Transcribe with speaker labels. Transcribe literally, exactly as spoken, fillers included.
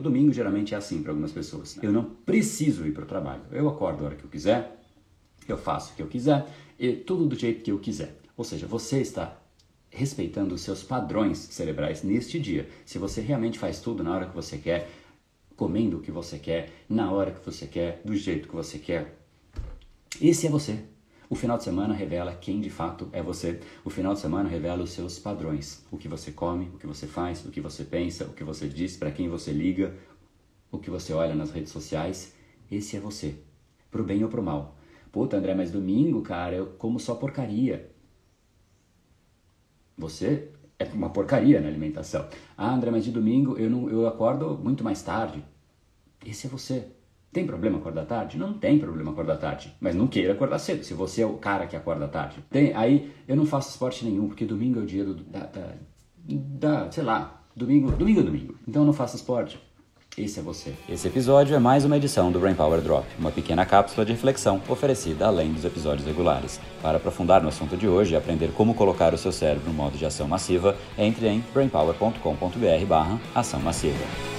Speaker 1: exemplo, domingo geralmente é assim para algumas pessoas. Eu não preciso ir para o trabalho. Eu acordo a hora que eu quiser, eu faço o que eu quiser, e tudo do jeito que eu quiser. Ou seja, você está respeitando os seus padrões cerebrais neste dia. Se você realmente faz tudo na hora que você quer, comendo o que você quer, na hora que você quer, do jeito que você quer, esse é você. O final de semana revela quem de fato é você. O final de semana revela os seus padrões. O que você come, o que você faz, o que você pensa, o que você diz, para quem você liga, o que você olha nas redes sociais. Esse é você. Pro bem ou pro mal. Puta, André, mas domingo, cara, eu como só porcaria. Você é uma porcaria na alimentação. Ah, André, mas de domingo eu, não, eu acordo muito mais tarde. Esse é você. Tem problema acordar tarde? Não tem problema acordar tarde. Mas não queira acordar cedo, se você é o cara que acorda tarde. Tem, aí eu não faço esporte nenhum, porque domingo é o dia do, da, da, da, sei lá, domingo, domingo é domingo. Então eu não faço esporte. Esse é você. Esse episódio é mais uma edição do Brain Power Drop, uma pequena cápsula de reflexão oferecida além dos episódios regulares. Para aprofundar no assunto de hoje e aprender como colocar o seu cérebro no modo de ação massiva, entre em brainpower ponto com ponto b r barra ação massiva.